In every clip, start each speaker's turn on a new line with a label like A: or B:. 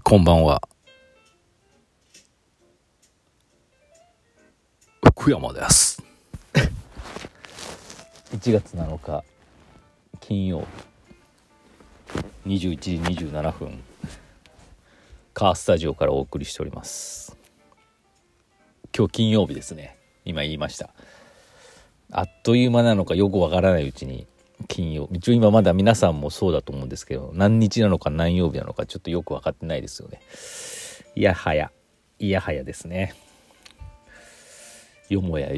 A: こんばんは、福山です。1月7日金曜日21時27分カースタジオからお送りしております。今日金曜日ですね。今言いました。あっという間なのかよくわからないうちに金曜、一応今まだ皆さんもそうだと思うんですけど、何日なのか何曜日なのかちょっとよく分かってないですよね。いやはやですね。よもや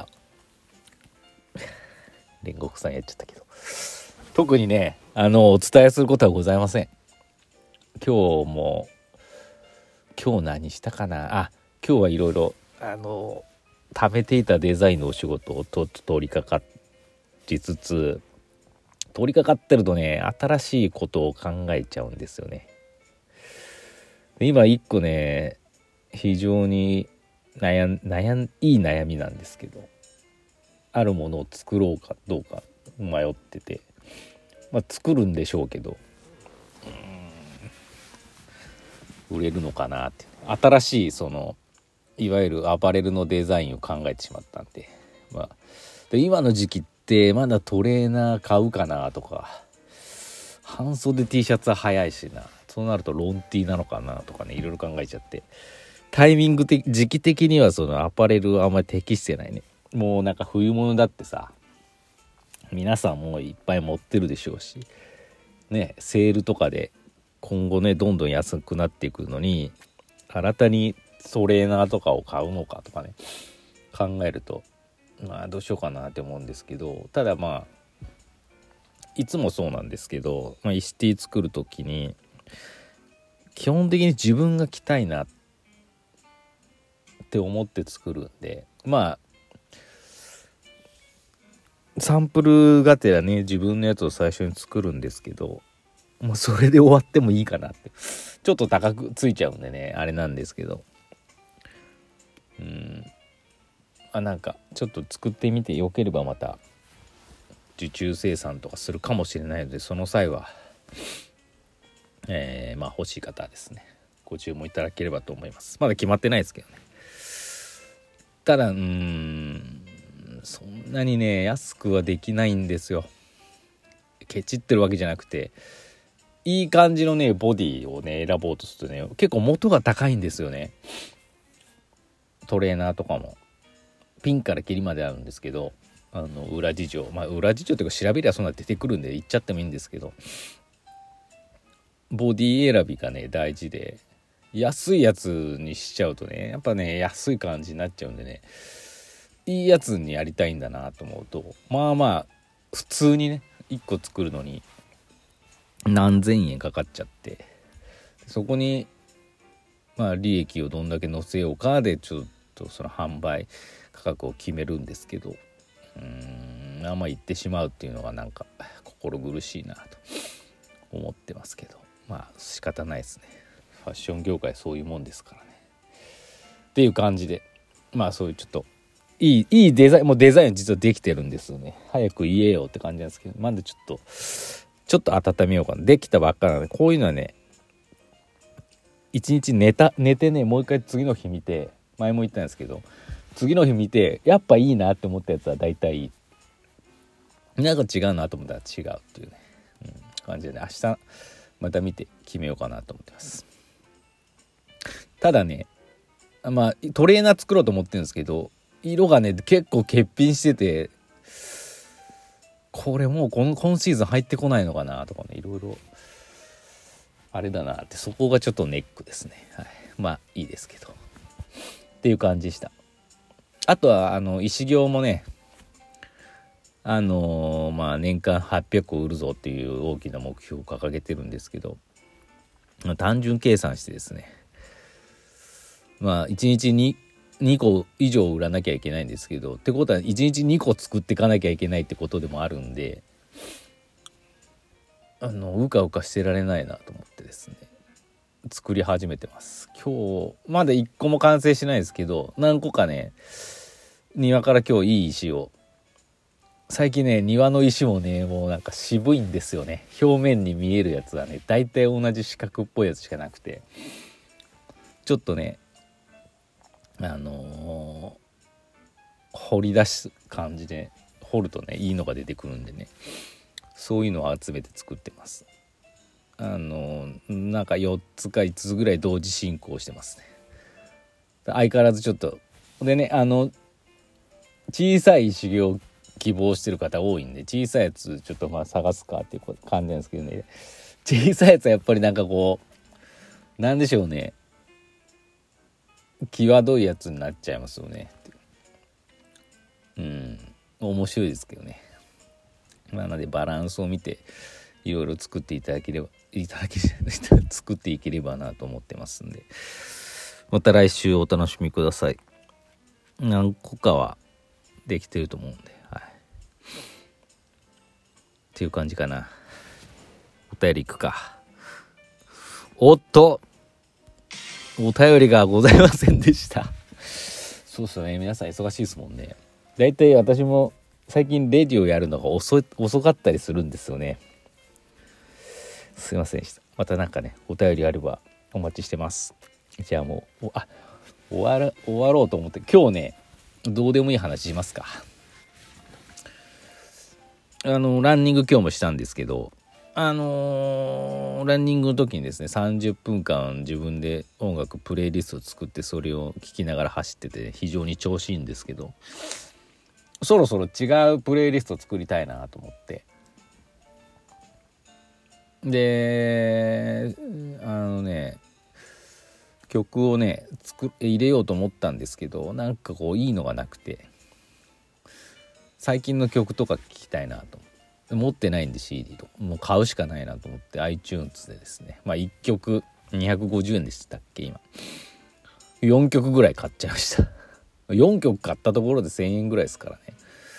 A: 煉獄さんやっちゃったけど、特にねお伝えすることはございません。今日何したかな。今日はいろいろ貯めていたデザインのお仕事を取り掛かりつつ、取り掛かってるとね、新しいことを考えちゃうんですよね。今一個ね、非常にいい悩みなんですけど、あるものを作ろうかどうか迷ってて、作るんでしょうけど、売れるのかなって。新しいいわゆるアパレルのデザインを考えてしまったんで、で今の時期ってまだトレーナー買うかなとか、半袖 T シャツは早いしな、そうなるとロン T なのかなとかね、いろいろ考えちゃって、タイミング的時期的にはアパレルはあんまり適してないね。もうなんか冬物だってさ、皆さんもういっぱい持ってるでしょうしね、セールとかで今後ねどんどん安くなっていくのに、新たにトレーナーとかを買うのかとかね考えると、どうしようかなって思うんですけど、ただいつもそうなんですけど、イシティ作るときに基本的に自分が着たいなって思って作るんで、サンプルがてらね自分のやつを最初に作るんですけど、もうそれで終わってもいいかなって、ちょっと高くついちゃうんでねあれなんですけど、なんかちょっと作ってみてよければまた受注生産とかするかもしれないので、その際は欲しい方はですねご注文いただければと思います。まだ決まってないですけどね。ただそんなにね安くはできないんですよ。ケチってるわけじゃなくて、いい感じのねボディをね選ぼうとするとね結構元が高いんですよね。トレーナーとかもピンからキリまであるんですけど、裏事情裏事情というか調べりゃそんな出てくるんで言っちゃってもいいんですけど、ボディ選びがね大事で、安いやつにしちゃうとねやっぱね安い感じになっちゃうんでね、いいやつにやりたいんだなと思うと、普通にね1個作るのに何千円かかっちゃって、そこに利益をどんだけ乗せようかでちょっとその販売価格を決めるんですけど、言ってしまうっていうのがなんか心苦しいなと思ってますけど、仕方ないですね。ファッション業界そういうもんですからねっていう感じで、そういうちょっといいデザイン、もうデザイン実はできてるんですよね。早く言えよって感じなんですけど、まだちょっと温めようかな。できたばっかなので、こういうのはね一日寝てね、もう一回次の日見て、前も言ったんですけど、次の日見てやっぱいいなって思ったやつは大体なんか違うなと思ったら違うっていうね、感じでね、明日また見て決めようかなと思ってます。ただねトレーナー作ろうと思ってるんですけど、色がね結構欠品してて、これもう今シーズン入ってこないのかなとかね、いろいろあれだなって、そこがちょっとネックですね。いいですけどっていう感じでした。あとは石行もね年間800個売るぞっていう大きな目標を掲げてるんですけど、単純計算してですね、1日に2個以上売らなきゃいけないんですけど、ってことは1日2個作っていかなきゃいけないってことでもあるんで、うかうかしてられないなと思ってですね作り始めてます。今日まだ1個も完成しないですけど、何個かね庭から今日いい石を、最近ね庭の石もねもうなんか渋いんですよね。表面に見えるやつはね大体同じ四角っぽいやつしかなくて、 ちょっとね掘り出す感じで掘るとねいいのが出てくるんでね、そういうのを集めて作ってます。なんか4つか5つぐらい同時進行してますね。相変わらずちょっとでね、小さい修行を希望してる方多いんで、小さいやつちょっとまあ探すかっていう感じなんですけどね、小さいやつはやっぱりなんかこうなんでしょうね、際どいやつになっちゃいますよね。面白いですけどね。なのでバランスを見ていろいろ作っていただければ作っていければなと思ってますんで、また来週お楽しみください。何個かはできてると思うんで、っていう感じかな。お便りいくか。おっと、お便りがございませんでした。そうっすよね、皆さん忙しいですもんね。だいたい私も最近レディオやるのが遅かったりするんですよね。すいませんでした。またなんかねお便りあればお待ちしてます。じゃあもう終わろうと思って、今日ねどうでもいい話しますか。ランニング今日もしたんですけど、ランニングの時にですね30分間自分で音楽プレイリストを作ってそれを聴きながら走ってて非常に調子いいんですけど、そろそろ違うプレイリストを作りたいなと思って、で曲をね入れようと思ったんですけど、なんかこういいのがなくて、最近の曲とか聴きたいなと思って、持ってないんで CD ともう買うしかないなと思って iTunes でですね、1曲250円でしたっけ、今4曲ぐらい買っちゃいました4曲買ったところで1000円ぐらいですからね。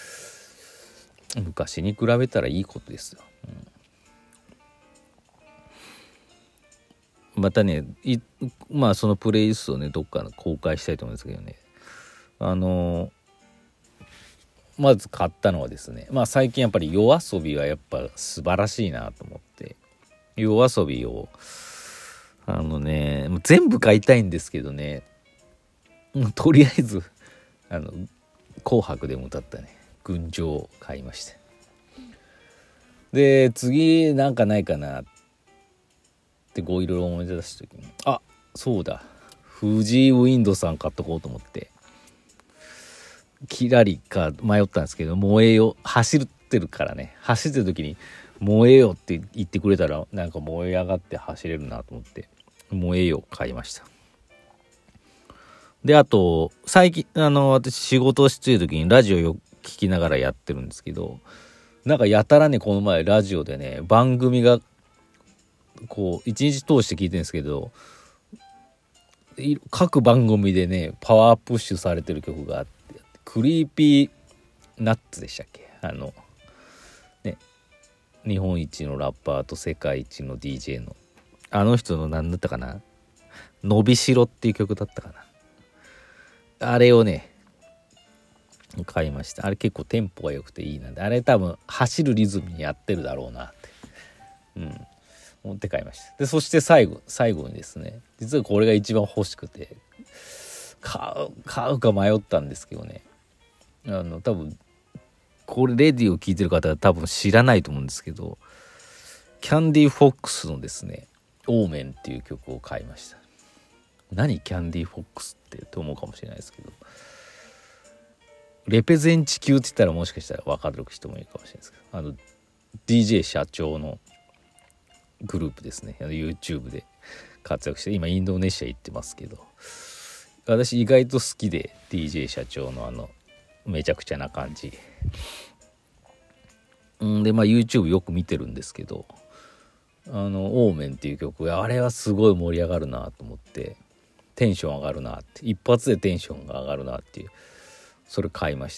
A: 昔に比べたらいいことですよ。またねそのプレイリストをねどっか公開したいと思うんですけどね、まず買ったのはですね、最近やっぱりYOASOBIはやっぱ素晴らしいなと思って、YOASOBIを全部買いたいんですけどね、とりあえず紅白でも歌ったね群青を買いました。で次なんかないかなっていろいろ思い出した時に、そうだ、藤井ウィンドさん買っとこうと思ってキラリか迷ったんですけど、燃えよ走ってるからね、走ってる時に燃えよって言ってくれたらなんか燃え上がって走れるなと思って燃えよ買いました。であと最近私仕事をしてる時にラジオよく聞きながらやってるんですけど、なんかやたらねこの前ラジオでね番組がこう一日通して聞いてるんですけど、各番組でねパワープッシュされてる曲があって、クリーピーナッツでしたっけ、日本一のラッパーと世界一の DJ の人の何だったかな、のびしろっていう曲だったかな、あれをね買いました。あれ結構テンポが良くていいなんで、あれ多分走るリズムにやってるだろうなって思って買いました。でそして最後にですね、実はこれが一番欲しくて買うか迷ったんですけどね、多分これレディを聞いてる方は多分知らないと思うんですけど、キャンディーフォックスのですねオーメンっていう曲を買いました。何キャンディーフォックスって思うかもしれないですけど、レペゼン地球って言ったらもしかしたら分かる人もいるかもしれないですけど、DJ 社長のグループですね。YouTube で活躍して今インドネシア行ってますけど、私意外と好きで DJ 社長のめちゃくちゃな感じでYouTube よく見てるんですけど、オーメンっていう曲、あれはすごい盛り上がるなと思って、テンション上がるなって、一発でテンションが上がるなっていう、それ買いました。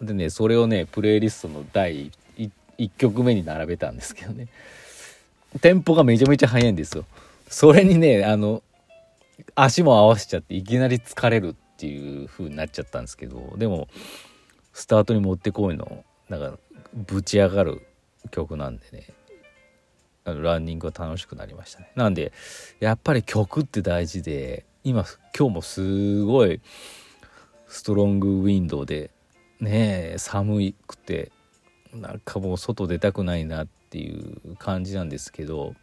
A: でねそれをねプレイリストの第1曲目に並べたんですけどね、テンポがめちゃめちゃ速いんですよ。それにね足も合わせちゃっていきなり疲れるっていう風になっちゃったんですけど、でもスタートに持ってこいのなんかぶち上がる曲なんでね、ランニングは楽しくなりましたね。なんでやっぱり曲って大事で、 今日もすごいストロングウィンドウでね、寒くてなんかもう外出たくないなっていう感じなんですけど、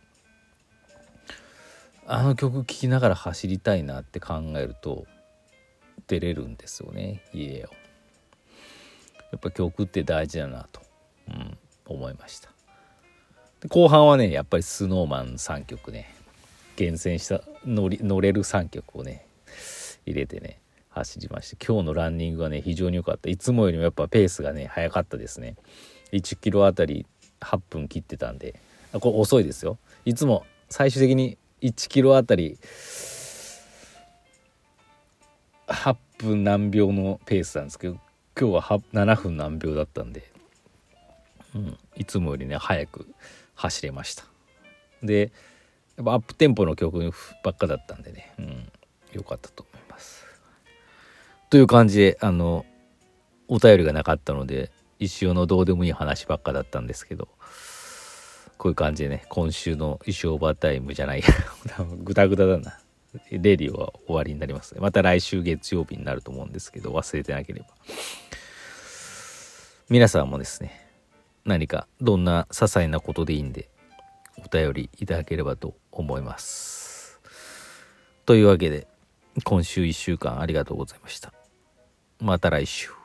A: あの曲聴きながら走りたいなって考えると出れるんですよね、家を。やっぱ曲って大事だなと、思いました。で後半はねやっぱりスノーマン3曲ね、厳選した乗れる3曲をね入れてね走りまして、今日のランニングがね非常に良かった。いつもよりもやっぱペースがね速かったですね。1キロあたり8分切ってたんで、これ遅いですよ。いつも最終的に1キロあたり8分何秒のペースなんですけど、今日は7分何秒だったんで、いつもよりね早く走れました。でやっぱアップテンポの曲ばっかだったんでね、良かったと思います。という感じでお便りがなかったので石尾のどうでもいい話ばっかだったんですけど、こういう感じでね今週の石尾オーバータイムじゃないグダグダだなレディオは終わりになりますね。また来週月曜日になると思うんですけど、忘れてなければ皆さんもですね何かどんな些細なことでいいんでお便りいただければと思います。というわけで今週1週間ありがとうございました。また来週。